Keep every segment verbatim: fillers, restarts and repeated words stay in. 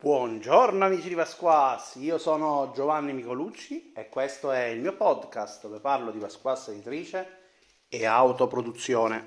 Buongiorno amici di Pasquas, io sono Giovanni Micolucci e questo è il mio podcast dove parlo di Pasquas editrice e autoproduzione.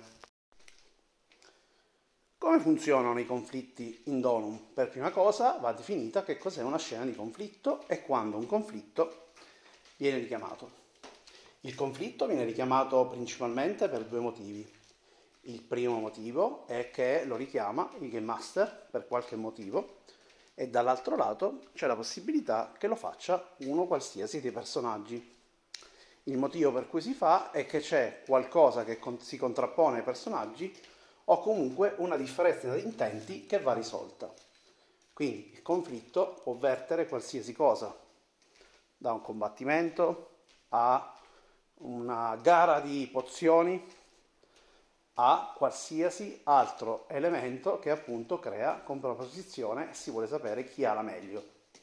Come funzionano i conflitti in Donum? Per prima cosa va definita che cos'è una scena di conflitto e quando un conflitto viene richiamato. Il conflitto viene richiamato principalmente per due motivi. Il primo motivo è che lo richiama il Game Master per qualche motivo e dall'altro lato c'è la possibilità che lo faccia uno qualsiasi dei personaggi. Il motivo per cui si fa è che c'è qualcosa che si contrappone ai personaggi o comunque una differenza di intenti che va risolta. Quindi il conflitto può vertere qualsiasi cosa, da un combattimento a una gara di pozioni a qualsiasi altro elemento che appunto crea contrapposizione e si vuole sapere chi ha la meglio.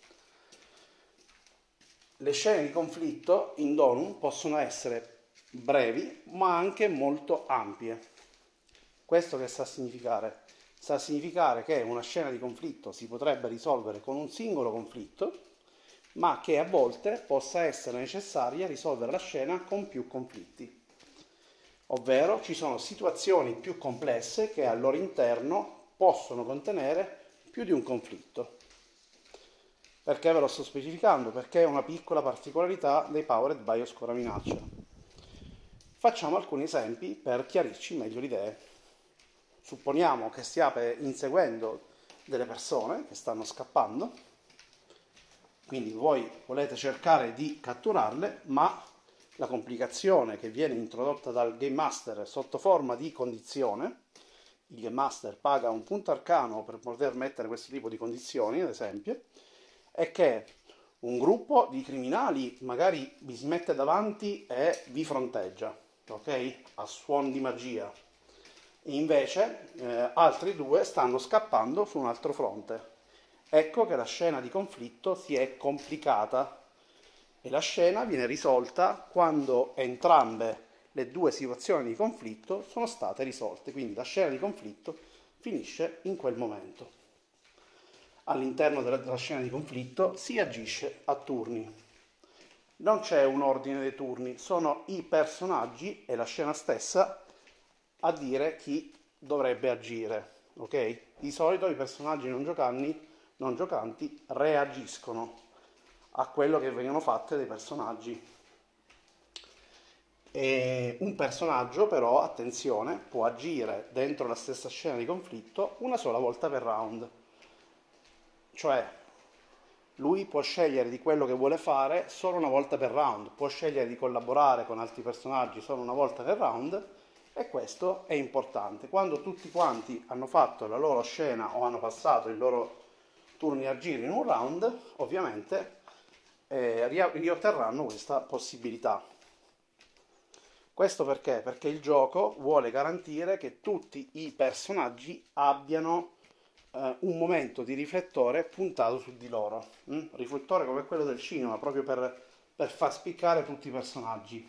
Le scene di conflitto in Donum possono essere brevi ma anche molto ampie. Questo che sta a significare? Sta a significare che una scena di conflitto si potrebbe risolvere con un singolo conflitto, ma che a volte possa essere necessaria risolvere la scena con più conflitti. Ovvero ci sono situazioni più complesse che al loro interno possono contenere più di un conflitto. Perché ve lo sto specificando? Perché è una piccola particolarità dei Powered by Oscura Minaccia. Facciamo alcuni esempi per chiarirci meglio l'idea. Supponiamo che stiate inseguendo delle persone che stanno scappando, quindi voi volete cercare di catturarle, ma la complicazione che viene introdotta dal Game Master sotto forma di condizione, il Game Master paga un punto arcano per poter mettere questo tipo di condizioni, ad esempio, è che un gruppo di criminali magari vi si mette davanti e vi fronteggia, ok? A suon di magia. E invece eh, altri due stanno scappando su un altro fronte. Ecco che la scena di conflitto si è complicata. E la scena viene risolta quando entrambe le due situazioni di conflitto sono state risolte. Quindi la scena di conflitto finisce in quel momento. All'interno della, della scena di conflitto si agisce a turni. Non c'è un ordine dei turni, sono i personaggi e la scena stessa a dire chi dovrebbe agire. Ok? Di solito i personaggi non giocanti, non giocanti reagiscono a quello che vengono fatte dai personaggi. E un personaggio però, attenzione, può agire dentro la stessa scena di conflitto una sola volta per round. Cioè, lui può scegliere di quello che vuole fare solo una volta per round, può scegliere di collaborare con altri personaggi solo una volta per round, e questo è importante. Quando tutti quanti hanno fatto la loro scena o hanno passato i loro turni a giro in un round, ovviamente Eh, riotterranno questa possibilità. Questo perché? Perché il gioco vuole garantire che tutti i personaggi abbiano eh, un momento di riflettore puntato su di loro. Mm? Riflettore come quello del cinema, proprio per, per far spiccare tutti i personaggi.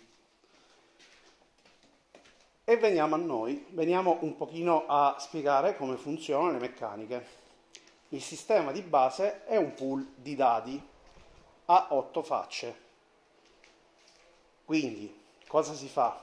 E veniamo a noi, veniamo un pochino a spiegare come funzionano le meccaniche. Il sistema di base è un pool di dadi a otto facce. Quindi cosa si fa?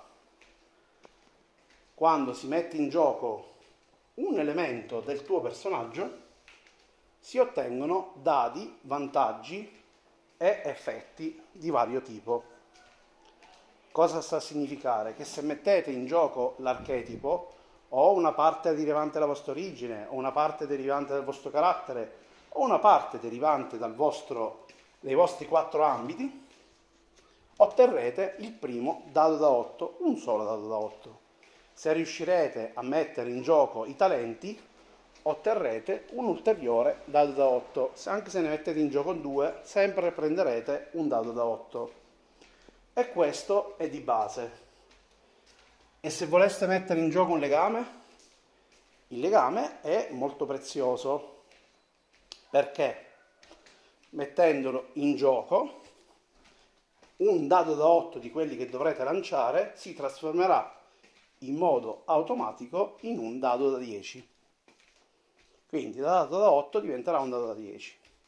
Quando si mette in gioco un elemento del tuo personaggio si ottengono dadi, vantaggi e effetti di vario tipo. Cosa sta a significare? Che se mettete in gioco l'archetipo o una parte derivante dalla vostra origine o una parte derivante dal vostro carattere o una parte derivante dal vostro dei vostri quattro ambiti, otterrete il primo dado da otto, un solo dado da otto. Se riuscirete a mettere in gioco i talenti, otterrete un ulteriore dado da otto. Anche se ne mettete in gioco due, sempre prenderete un dado da otto. E questo è di base. E se voleste mettere in gioco un legame, il legame è molto prezioso. Perché? Mettendolo in gioco, un dado da otto di quelli che dovrete lanciare si trasformerà in modo automatico in un dado da dieci. Quindi da dado da otto diventerà un dado da dieci.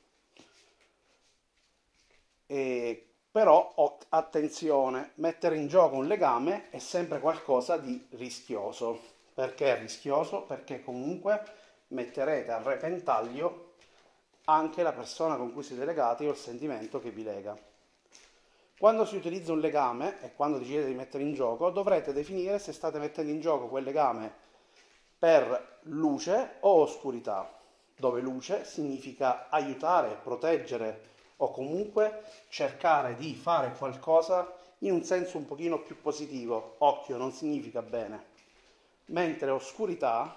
E, però oh, attenzione, mettere in gioco un legame è sempre qualcosa di rischioso. Perché è rischioso? Perché comunque metterete a repentaglio anche la persona con cui siete legati o il sentimento che vi lega. Quando si utilizza un legame e quando decidete di mettere in gioco, dovrete definire se state mettendo in gioco quel legame per luce o oscurità, dove luce significa aiutare, proteggere o comunque cercare di fare qualcosa in un senso un pochino più positivo. Occhio, non significa bene. Mentre oscurità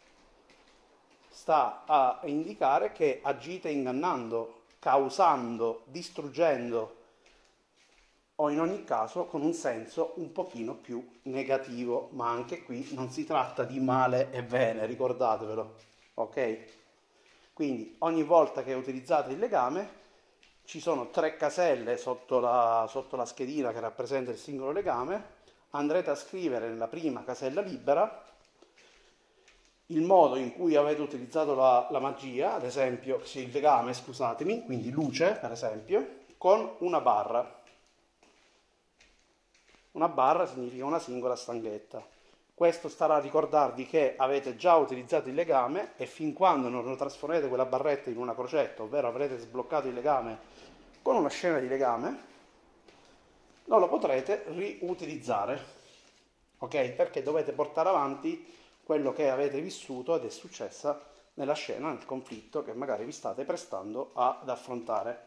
sta a indicare che agite ingannando, causando, distruggendo o in ogni caso con un senso un pochino più negativo, ma anche qui non si tratta di male e bene, ricordatevelo, ok? Quindi ogni volta che utilizzate il legame ci sono tre caselle sotto la, sotto la schedina che rappresenta il singolo legame, andrete a scrivere nella prima casella libera il modo in cui avete utilizzato la, la magia, ad esempio, sì, il legame, scusatemi, quindi luce per esempio, con una barra. Una barra significa una singola stanghetta. Questo starà a ricordarvi che avete già utilizzato il legame e fin quando non trasformerete quella barretta in una crocetta, ovvero avrete sbloccato il legame con una scena di legame, non lo potrete riutilizzare, ok? Perché dovete portare avanti quello che avete vissuto ed è successa nella scena, nel conflitto che magari vi state prestando ad affrontare.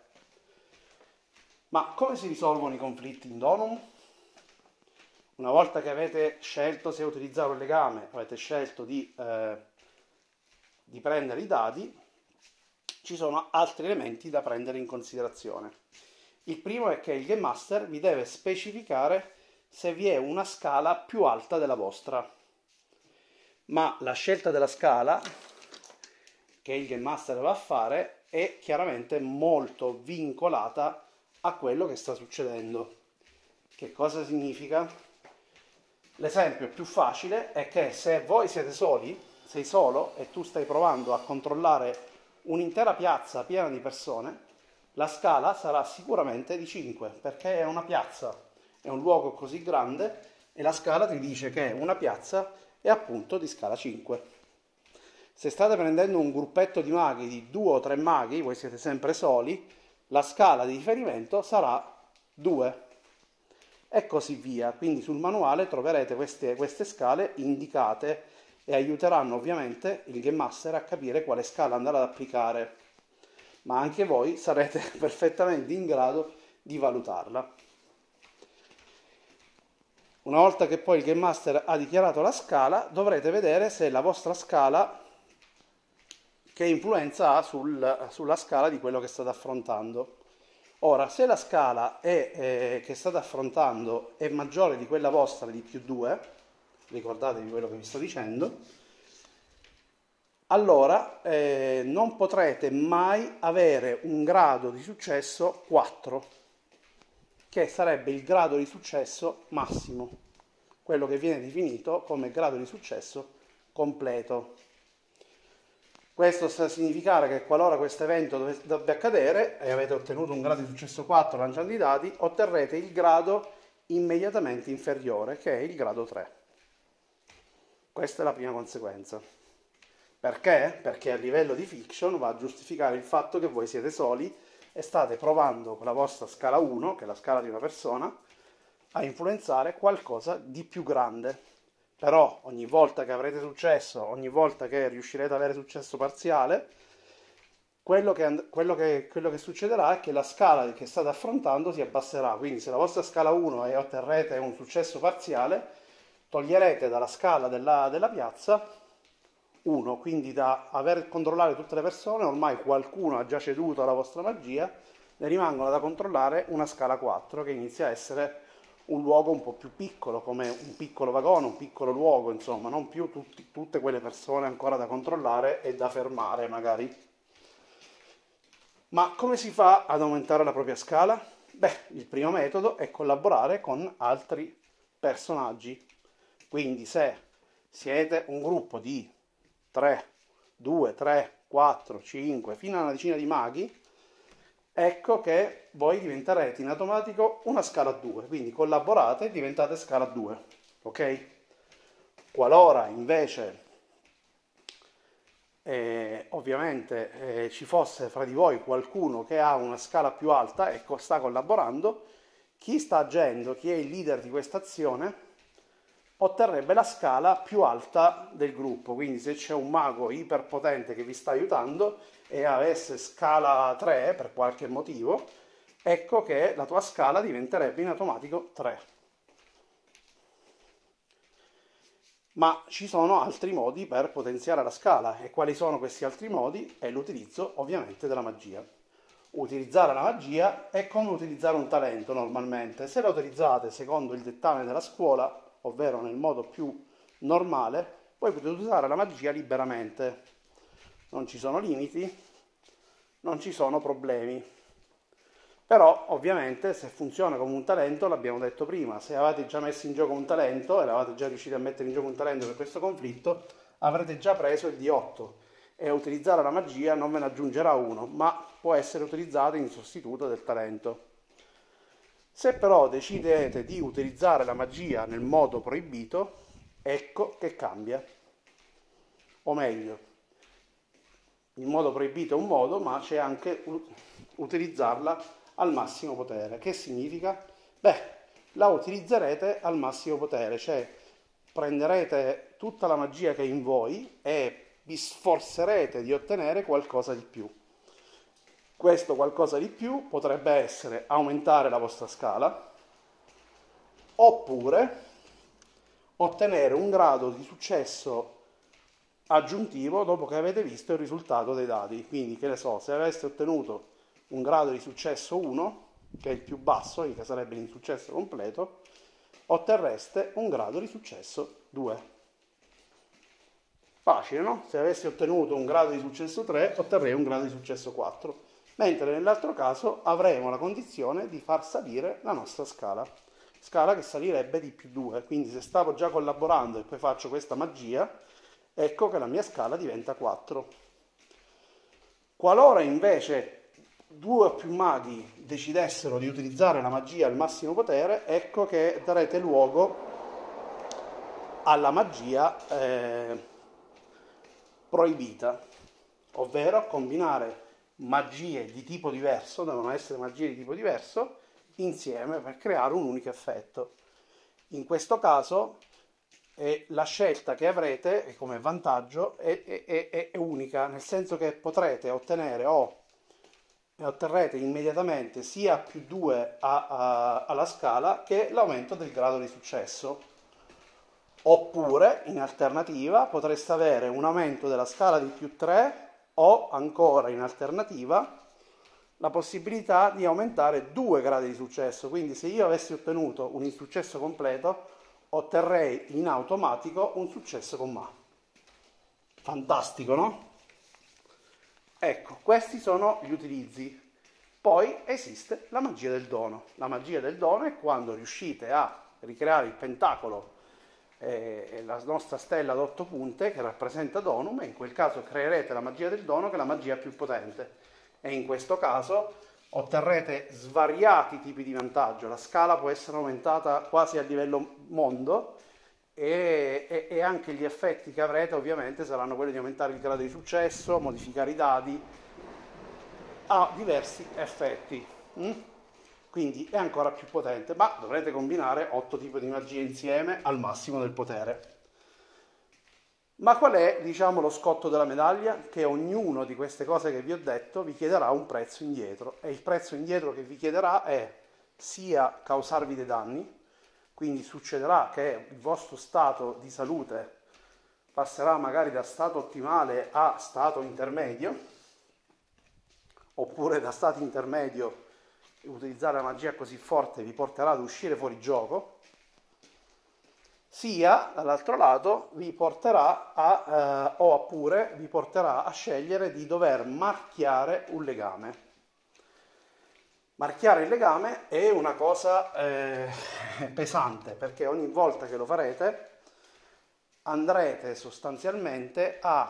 Ma come si risolvono i conflitti in Donum? Una volta che avete scelto se utilizzare un legame, avete scelto di, eh, di prendere i dadi, ci sono altri elementi da prendere in considerazione. Il primo è che il Game Master vi deve specificare se vi è una scala più alta della vostra. Ma la scelta della scala che il Game Master va a fare è chiaramente molto vincolata a quello che sta succedendo. Che cosa significa? L'esempio più facile è che se voi siete soli, sei solo e tu stai provando a controllare un'intera piazza piena di persone, la scala sarà sicuramente di cinque, perché è una piazza, è un luogo così grande e la scala ti dice che una piazza è appunto di scala cinque. Se state prendendo un gruppetto di maghi, di due o tre maghi, voi siete sempre soli, la scala di riferimento sarà due. E così via. Quindi sul manuale troverete queste, queste scale indicate e aiuteranno ovviamente il Game Master a capire quale scala andare ad applicare, ma anche voi sarete perfettamente in grado di valutarla. Una volta che poi il Game Master ha dichiarato la scala, dovrete vedere se la vostra scala, che influenza ha sul, sulla scala di quello che state affrontando. Ora, se la scala è, eh, che state affrontando è maggiore di quella vostra di più due, ricordatevi quello che vi sto dicendo, allora eh, non potrete mai avere un grado di successo quattro, che sarebbe il grado di successo massimo, quello che viene definito come grado di successo completo. Questo sta a significare che qualora questo evento dovesse accadere e avete ottenuto un grado di successo quattro lanciando i dadi, otterrete il grado immediatamente inferiore, che è il grado tre. Questa è la prima conseguenza. Perché? Perché a livello di fiction va a giustificare il fatto che voi siete soli e state provando con la vostra scala uno, che è la scala di una persona, a influenzare qualcosa di più grande. Però ogni volta che avrete successo, ogni volta che riuscirete ad avere successo parziale, quello che, quello, che, quello che succederà è che la scala che state affrontando si abbasserà. Quindi se la vostra scala uno e otterrete un successo parziale, toglierete dalla scala della, della piazza uno. Quindi da aver controllato tutte le persone, ormai qualcuno ha già ceduto alla vostra magia, ne rimangono da controllare una scala quattro che inizia a essere un luogo un po' più piccolo, come un piccolo vagone, un piccolo luogo, insomma, non più tutti, tutte quelle persone ancora da controllare e da fermare magari. Ma come si fa ad aumentare la propria scala? Beh, il primo metodo è collaborare con altri personaggi. Quindi se siete un gruppo di tre, due, tre, quattro, cinque, fino a una decina di maghi, ecco che voi diventerete in automatico una scala due, quindi collaborate e diventate scala due, ok? Qualora invece eh, ovviamente eh, ci fosse fra di voi qualcuno che ha una scala più alta e co- sta collaborando, chi sta agendo, chi è il leader di questa azione, otterrebbe la scala più alta del gruppo. Quindi se c'è un mago iperpotente che vi sta aiutando e avesse scala tre per qualche motivo, ecco che la tua scala diventerebbe in automatico tre. Ma ci sono altri modi per potenziare la scala, e quali sono questi altri modi? È l'utilizzo ovviamente della magia. Utilizzare la magia è come utilizzare un talento normalmente. Se la utilizzate secondo il dettame della scuola, ovvero nel modo più normale, poi potete usare la magia liberamente. Non ci sono limiti, non ci sono problemi. Però ovviamente se funziona come un talento, l'abbiamo detto prima, se avete già messo in gioco un talento e eravate già riusciti a mettere in gioco un talento per questo conflitto, avrete già preso il D otto e a utilizzare la magia non ve ne aggiungerà uno, ma può essere utilizzato in sostituto del talento. Se però decidete di utilizzare la magia nel modo proibito, ecco che cambia. O meglio, il modo proibito è un modo, ma c'è anche utilizzarla al massimo potere. Che significa? Beh, la utilizzerete al massimo potere, cioè prenderete tutta la magia che è in voi e vi sforzerete di ottenere qualcosa di più. Questo qualcosa di più potrebbe essere aumentare la vostra scala, oppure ottenere un grado di successo aggiuntivo dopo che avete visto il risultato dei dati. Quindi, che ne so, se aveste ottenuto un grado di successo uno, che è il più basso, che sarebbe l'insuccesso completo, otterreste un grado di successo due. Facile, no? Se avessi ottenuto un grado di successo tre, otterrei un grado di successo quattro. Mentre nell'altro caso avremo la condizione di far salire la nostra scala. Scala che salirebbe di più due. Quindi se stavo già collaborando e poi faccio questa magia, ecco che la mia scala diventa quattro. Qualora invece due o più maghi decidessero di utilizzare la magia al massimo potere, ecco che darete luogo alla magia eh, proibita, ovvero combinare magie di tipo diverso, devono essere magie di tipo diverso, insieme per creare un unico effetto. In questo caso eh, la scelta che avrete come vantaggio è, è, è, è unica, nel senso che potrete ottenere o otterrete immediatamente sia più due a, a, alla scala che l'aumento del grado di successo. Oppure, in alternativa, potreste avere un aumento della scala di più tre o ancora, in alternativa, la possibilità di aumentare due gradi di successo. Quindi se io avessi ottenuto un insuccesso completo, otterrei in automatico un successo con Ma. Fantastico, no? Ecco, questi sono gli utilizzi. Poi esiste la magia del dono. La magia del dono è quando riuscite a ricreare il pentacolo e la nostra stella ad otto punte che rappresenta Donum, e in quel caso creerete la magia del dono, che è la magia più potente, e in questo caso otterrete svariati tipi di vantaggio. La scala può essere aumentata quasi a livello mondo e, e, e anche gli effetti che avrete ovviamente saranno quelli di aumentare il grado di successo, modificare i dadi, ha diversi effetti. Mm? Quindi è ancora più potente, ma dovrete combinare otto tipi di magie insieme al massimo del potere. Ma qual è, diciamo, lo scotto della medaglia? Che ognuno di queste cose che vi ho detto vi chiederà un prezzo indietro, e il prezzo indietro che vi chiederà è sia causarvi dei danni, quindi succederà che il vostro stato di salute passerà magari da stato ottimale a stato intermedio, oppure da stato intermedio utilizzare la magia così forte vi porterà ad uscire fuori gioco, sia dall'altro lato vi porterà a, eh, o oppure vi porterà a scegliere di dover marchiare un legame. Marchiare il legame è una cosa eh, pesante, perché ogni volta che lo farete andrete sostanzialmente a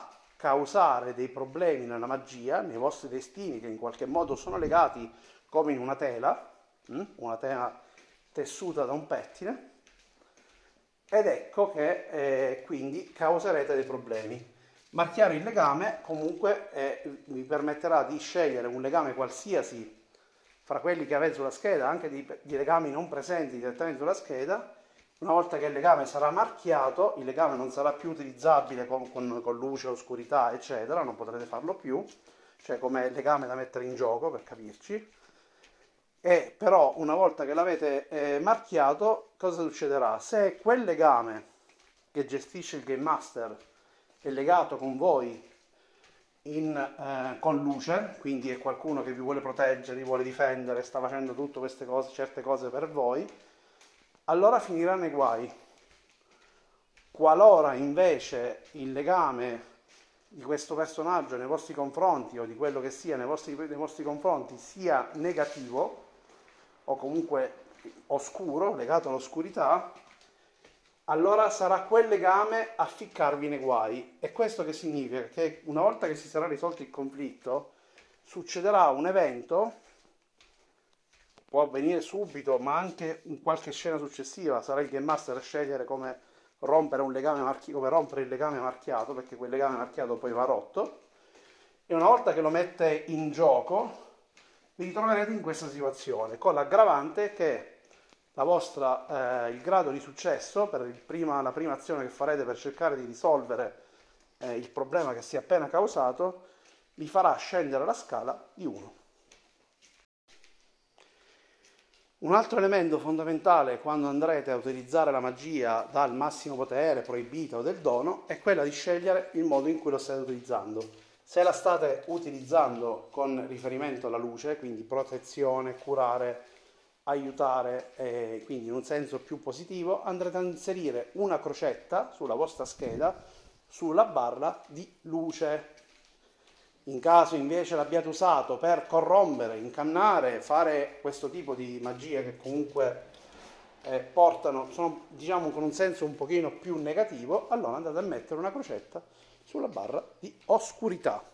causare dei problemi nella magia, nei vostri destini che in qualche modo sono legati come in una tela, una tela tessuta da un pettine, ed ecco che eh, quindi causerete dei problemi. Marchiare il legame comunque eh, vi permetterà di scegliere un legame qualsiasi fra quelli che avete sulla scheda, anche di, di legami non presenti direttamente sulla scheda. Una volta che il legame sarà marchiato, il legame non sarà più utilizzabile con, con, con luce, oscurità, eccetera, non potrete farlo più, cioè come legame da mettere in gioco, per capirci. E però una volta che l'avete eh, marchiato, cosa succederà? Se quel legame che gestisce il Game Master è legato con voi in, eh, con luce, quindi è qualcuno che vi vuole proteggere, vi vuole difendere, sta facendo tutte queste cose, certe cose per voi, allora finirà nei guai. Qualora invece il legame di questo personaggio nei vostri confronti, o di quello che sia nei vostri, nei vostri confronti, sia negativo o comunque oscuro, legato all'oscurità, allora sarà quel legame a ficcarvi nei guai. E questo che significa? Che una volta che si sarà risolto il conflitto, succederà un evento, può avvenire subito, ma anche in qualche scena successiva, sarà il Game Master a scegliere come rompere un legame marchi- come rompere il legame marchiato, perché quel legame marchiato poi va rotto, e una volta che lo mette in gioco vi ritroverete in questa situazione, con l'aggravante che la vostra, eh, il grado di successo per il prima, la prima azione che farete per cercare di risolvere eh, il problema che si è appena causato vi farà scendere la scala di uno. Un altro elemento fondamentale quando andrete a utilizzare la magia dal massimo potere, proibita o del dono, è quella di scegliere il modo in cui lo state utilizzando. Se la state utilizzando con riferimento alla luce, quindi protezione, curare, aiutare, eh, quindi in un senso più positivo, andrete a inserire una crocetta sulla vostra scheda sulla barra di luce. In caso invece l'abbiate usato per corrompere, incannare, fare questo tipo di magie che comunque eh, portano, sono diciamo con un senso un pochino più negativo, allora andate a mettere una crocetta sulla barra di oscurità.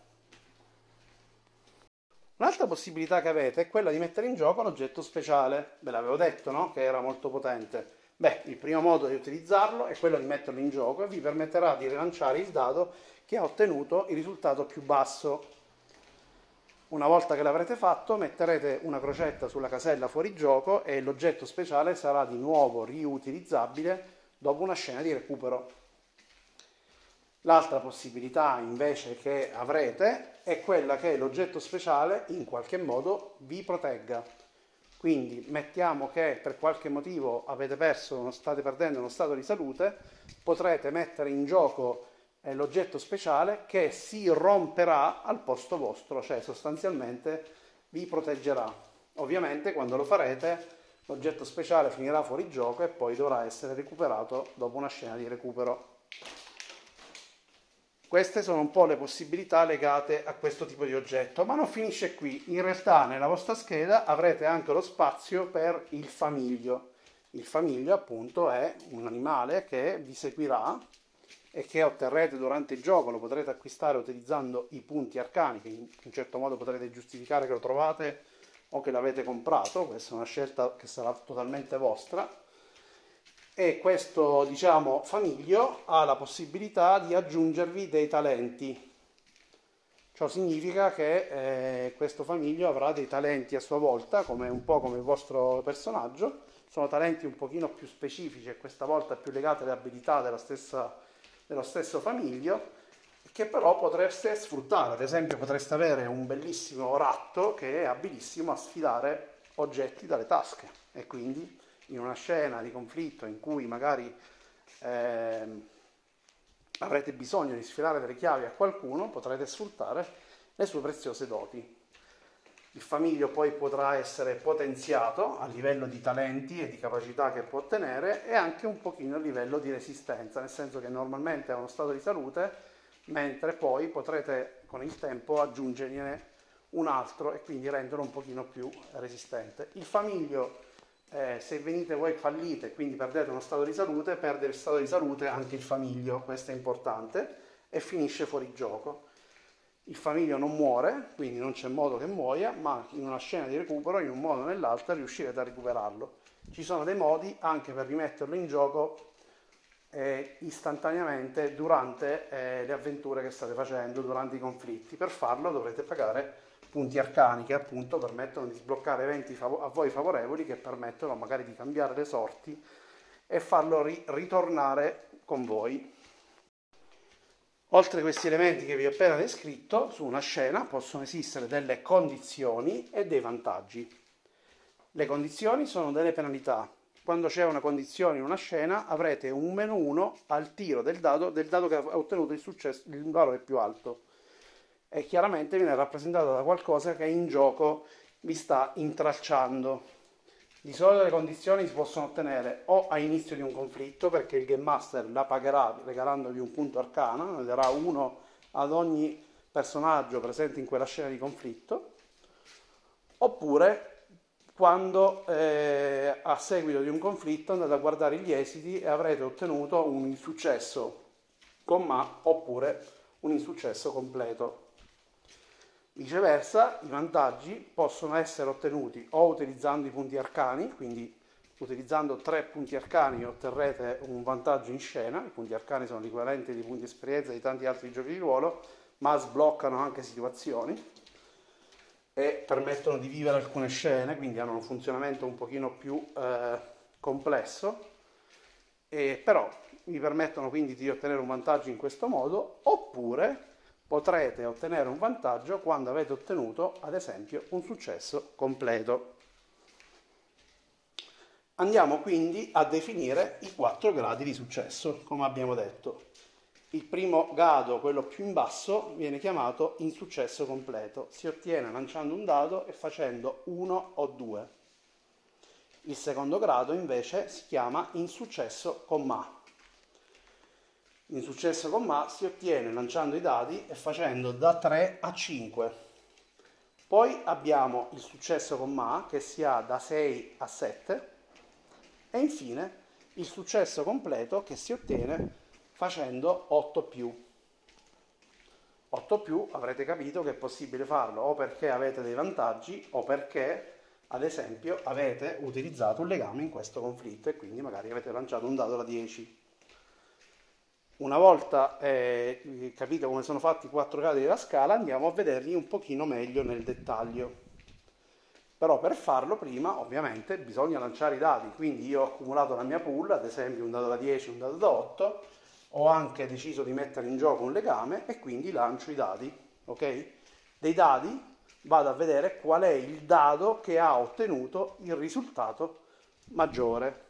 Un'altra possibilità che avete è quella di mettere in gioco l'oggetto speciale. Ve l'avevo detto, no? Che era molto potente. Beh, il primo modo di utilizzarlo è quello di metterlo in gioco e vi permetterà di rilanciare il dado che ha ottenuto il risultato più basso. Una volta che l'avrete fatto, metterete una crocetta sulla casella fuori gioco e l'oggetto speciale sarà di nuovo riutilizzabile dopo una scena di recupero. L'altra possibilità invece che avrete è quella che l'oggetto speciale in qualche modo vi protegga. Quindi mettiamo che per qualche motivo avete perso, state perdendo uno stato di salute, potrete mettere in gioco eh, l'oggetto speciale che si romperà al posto vostro, cioè sostanzialmente vi proteggerà. Ovviamente quando lo farete l'oggetto speciale finirà fuori gioco e poi dovrà essere recuperato dopo una scena di recupero. Queste sono un po' le possibilità legate a questo tipo di oggetto, ma non finisce qui. In realtà nella vostra scheda avrete anche lo spazio per il famiglio. Il famiglio appunto è un animale che vi seguirà e che otterrete durante il gioco, lo potrete acquistare utilizzando i punti arcani, che in un certo modo potrete giustificare che lo trovate o che l'avete comprato, questa è una scelta che sarà totalmente vostra. E questo, diciamo, famiglio ha la possibilità di aggiungervi dei talenti. Ciò significa che eh, questo famiglio avrà dei talenti a sua volta, come un po' come il vostro personaggio. Sono talenti un pochino più specifici e questa volta più legati alle abilità della stessa, dello stesso famiglio, che però potreste sfruttare. Ad esempio potreste avere un bellissimo ratto che è abilissimo a sfilare oggetti dalle tasche e quindi in una scena di conflitto in cui magari eh, avrete bisogno di sfilare delle chiavi a qualcuno, potrete sfruttare le sue preziose doti. Il famiglio poi potrà essere potenziato a livello di talenti e di capacità che può ottenere e anche un pochino a livello di resistenza, nel senso che normalmente ha uno stato di salute, mentre poi potrete con il tempo aggiungergliene un altro e quindi renderlo un pochino più resistente. Il famiglio Eh, se venite voi fallite, quindi perdete uno stato di salute, perde il stato di salute anche il famiglio, questo è importante, e finisce fuori gioco. Il famiglio non muore, quindi non c'è modo che muoia, ma in una scena di recupero, in un modo o nell'altro, riuscirete a recuperarlo. Ci sono dei modi anche per rimetterlo in gioco eh, istantaneamente durante eh, le avventure che state facendo, durante i conflitti. Per farlo dovrete pagare punti arcani che appunto permettono di sbloccare eventi fav- a voi favorevoli, che permettono magari di cambiare le sorti e farlo ri- ritornare con voi. Oltre a questi elementi che vi ho appena descritto, su una scena possono esistere delle condizioni e dei vantaggi. Le condizioni sono delle penalità. Quando c'è una condizione in una scena avrete un meno uno al tiro del dado, del dado che ha ottenuto il successo, il valore più alto. E chiaramente viene rappresentata da qualcosa che in gioco vi sta intralciando. Di solito le condizioni si possono ottenere o a inizio di un conflitto, perché il Game Master la pagherà regalandovi un punto arcana, ne darà uno ad ogni personaggio presente in quella scena di conflitto, oppure quando eh, a seguito di un conflitto andate a guardare gli esiti e avrete ottenuto un insuccesso con ma oppure un insuccesso completo. Viceversa, i vantaggi possono essere ottenuti o utilizzando i punti arcani, quindi utilizzando tre punti arcani otterrete un vantaggio in scena. I punti arcani sono l'equivalente dei punti esperienza di tanti altri giochi di ruolo, ma sbloccano anche situazioni e permettono di vivere alcune scene, quindi hanno un funzionamento un pochino più eh, complesso, e però vi permettono quindi di ottenere un vantaggio in questo modo, oppure potrete ottenere un vantaggio quando avete ottenuto, ad esempio, un successo completo. Andiamo quindi a definire i quattro gradi di successo, come abbiamo detto. Il primo grado, quello più in basso, viene chiamato insuccesso completo. Si ottiene lanciando un dado e facendo uno o due. Il secondo grado invece si chiama insuccesso con ma. L'insuccesso con ma si ottiene lanciando i dadi e facendo da tre a cinque. Poi abbiamo il successo con ma che si ha da sei a sette e infine il successo completo che si ottiene facendo otto più. otto più avrete capito che è possibile farlo o perché avete dei vantaggi o perché ad esempio avete utilizzato un legame in questo conflitto e quindi magari avete lanciato un dado da dieci. Una volta eh, capito come sono fatti i quattro gradi della scala, andiamo a vederli un pochino meglio nel dettaglio. Però per farlo prima ovviamente bisogna lanciare i dadi, quindi io ho accumulato la mia pool, ad esempio un dado da dieci, un dado da otto, ho anche deciso di mettere in gioco un legame e quindi lancio i dadi, ok? Dei dadi vado a vedere qual è il dado che ha ottenuto il risultato maggiore.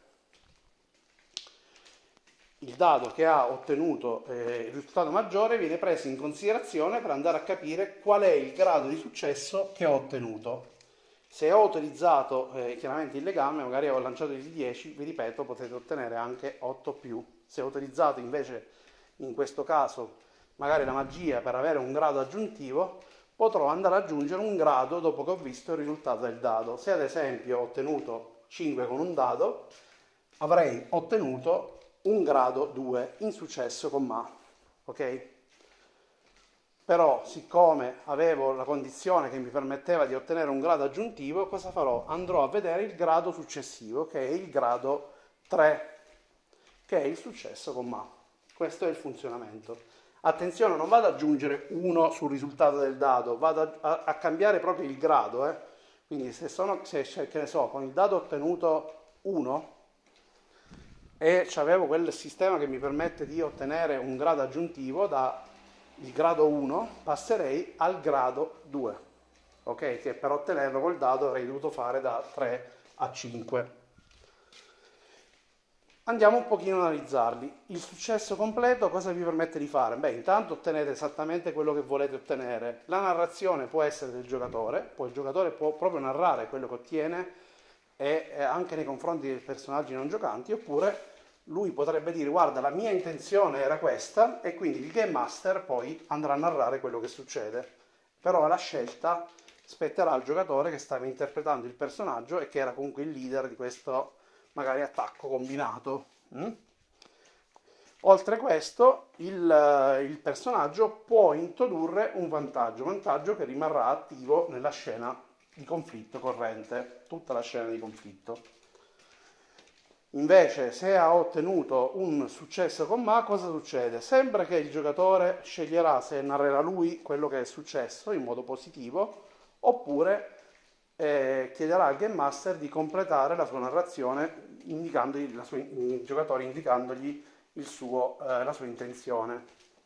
Il dado che ha ottenuto eh, il risultato maggiore viene preso in considerazione per andare a capire qual è il grado di successo che ho ottenuto. Se ho utilizzato eh, chiaramente il legame, magari ho lanciato il dieci, vi ripeto, potete ottenere anche otto più. Se ho utilizzato invece, in questo caso, magari la magia per avere un grado aggiuntivo, potrò andare ad aggiungere un grado dopo che ho visto il risultato del dado. Se ad esempio ho ottenuto cinque con un dado, avrei ottenuto un grado due in successo con ma, ok? Però siccome avevo la condizione che mi permetteva di ottenere un grado aggiuntivo, cosa farò? Andrò a vedere il grado successivo, che è il grado tre, che è il successo con ma. Questo è il funzionamento. Attenzione, non vado ad aggiungere uno sul risultato del dado, vado a, a, a cambiare proprio il grado, eh? Quindi se sono, se, che ne so, con il dado ottenuto uno, e avevo quel sistema che mi permette di ottenere un grado aggiuntivo, da il grado uno passerei al grado due, ok? Che per ottenerlo col dado avrei dovuto fare da tre a cinque. Andiamo un pochino ad analizzarli. Il successo completo cosa vi permette di fare? Beh, intanto ottenete esattamente quello che volete ottenere. La narrazione può essere del giocatore, poi il giocatore può proprio narrare quello che ottiene e anche nei confronti dei personaggi non giocanti, oppure lui potrebbe dire guarda, la mia intenzione era questa, e quindi il Game Master poi andrà a narrare quello che succede. Però la scelta spetterà al giocatore che stava interpretando il personaggio e che era comunque il leader di questo magari attacco combinato. Oltre a questo, il, il personaggio può introdurre un vantaggio, un vantaggio che rimarrà attivo nella scena di conflitto corrente, tutta la scena di conflitto. Invece, se ha ottenuto un successo con Ma, cosa succede? Sembra che il giocatore sceglierà se narrerà lui quello che è successo in modo positivo, oppure eh, chiederà al Game Master di completare la sua narrazione, indicandogli la sua, il giocatore indicandogli il suo, eh, la sua intenzione.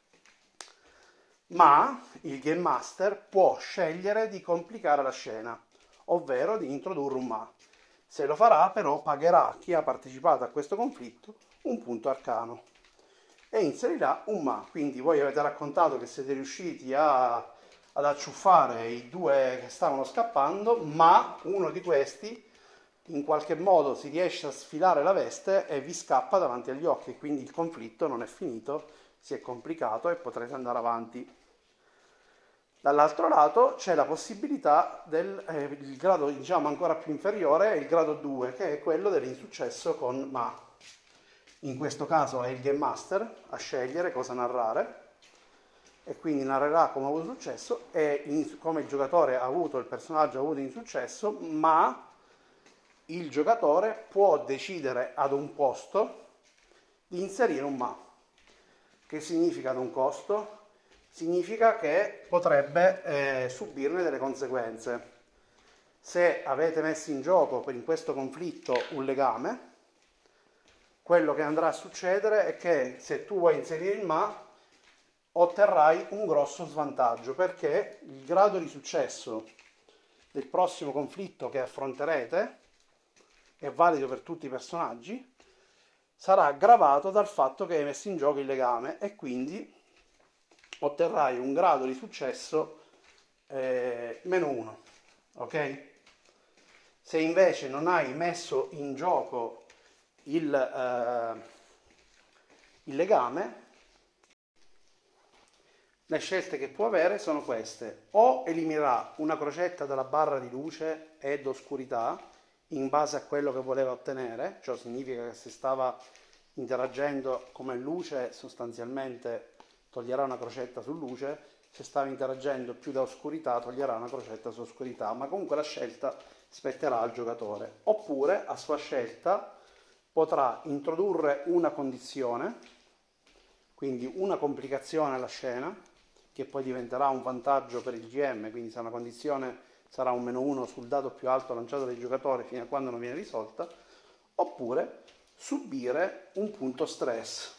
Ma il Game Master può scegliere di complicare la scena, ovvero di introdurre un Ma. Se lo farà, però, pagherà chi ha partecipato a questo conflitto un punto arcano e inserirà un Ma. Quindi voi avete raccontato che siete riusciti a, ad acciuffare i due che stavano scappando, ma uno di questi in qualche modo si riesce a sfilare la veste e vi scappa davanti agli occhi, quindi il conflitto non è finito, si è complicato e potrete andare avanti. Dall'altro lato c'è la possibilità del eh, il grado, diciamo, ancora più inferiore, il grado due, che è quello dell'insuccesso con Ma. In questo caso è il Game Master a scegliere cosa narrare e quindi narrerà come ha avuto successo e in, come il giocatore ha avuto, il personaggio ha avuto insuccesso, ma il giocatore può decidere ad un posto di inserire un Ma. Che significa ad un costo? Significa che potrebbe eh, subirne delle conseguenze. Se avete messo in gioco per in questo conflitto un legame, quello che andrà a succedere è che se tu vuoi inserire il Ma, otterrai un grosso svantaggio, perché il grado di successo del prossimo conflitto che affronterete, è valido per tutti i personaggi, sarà aggravato dal fatto che hai messo in gioco il legame e quindi otterrai un grado di successo eh, meno uno, ok? Se invece non hai messo in gioco il, eh, il legame, le scelte che può avere sono queste: o eliminerà una crocetta dalla barra di luce ed oscurità in base a quello che voleva ottenere, ciò significa che se stava interagendo come luce sostanzialmente toglierà una crocetta su luce, se stava interagendo più da oscurità toglierà una crocetta su oscurità, ma comunque la scelta spetterà al giocatore. Oppure a sua scelta potrà introdurre una condizione, quindi una complicazione alla scena, che poi diventerà un vantaggio per il G M, quindi se una condizione sarà un meno uno sul dado più alto lanciato dai giocatori fino a quando non viene risolta, oppure subire un punto stress,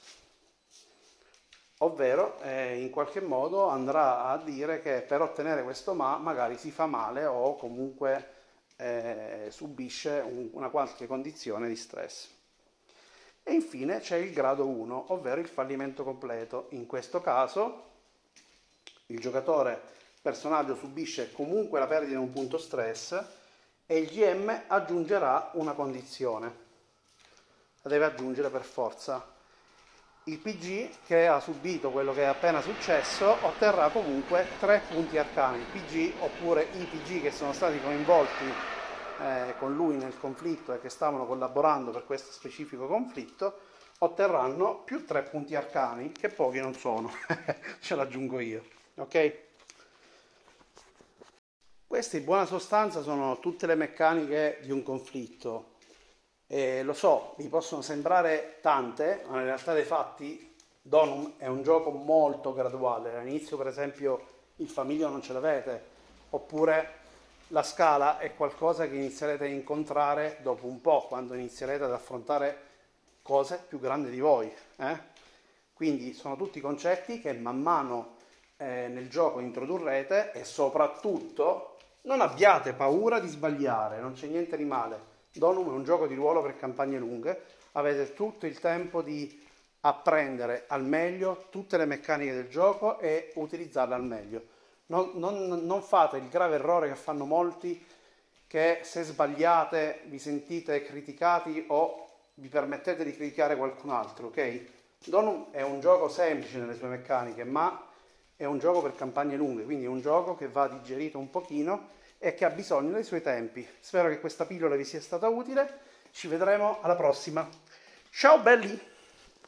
ovvero eh, in qualche modo andrà a dire che per ottenere questo Ma magari si fa male o comunque eh, subisce un, una qualche condizione di stress. E infine c'è il grado uno, ovvero il fallimento completo. In questo caso il giocatore personaggio subisce comunque la perdita di un punto stress e il G M aggiungerà una condizione, la deve aggiungere per forza. Il P G che ha subito quello che è appena successo otterrà comunque tre punti arcani. Il P G oppure i P G che sono stati coinvolti eh, con lui nel conflitto e che stavano collaborando per questo specifico conflitto otterranno più tre punti arcani, che pochi non sono, ce l'aggiungo io, ok? Queste in buona sostanza sono tutte le meccaniche di un conflitto. Eh, lo so, vi possono sembrare tante, ma in realtà dei fatti Donum è un gioco molto graduale. All'inizio per esempio il famiglio non ce l'avete, oppure la scala è qualcosa che inizierete a incontrare dopo un po', quando inizierete ad affrontare cose più grandi di voi. Eh? Quindi sono tutti concetti che man mano eh, nel gioco introdurrete, e soprattutto non abbiate paura di sbagliare, non c'è niente di male. Donum è un gioco di ruolo per campagne lunghe, avete tutto il tempo di apprendere al meglio tutte le meccaniche del gioco e utilizzarle al meglio. Non, non, non fate il grave errore che fanno molti, che se sbagliate vi sentite criticati o vi permettete di criticare qualcun altro, ok? Donum è un gioco semplice nelle sue meccaniche, ma è un gioco per campagne lunghe, quindi è un gioco che va digerito un pochino e che ha bisogno dei suoi tempi. Spero che questa pillola vi sia stata utile, ci vedremo alla prossima. Ciao belli!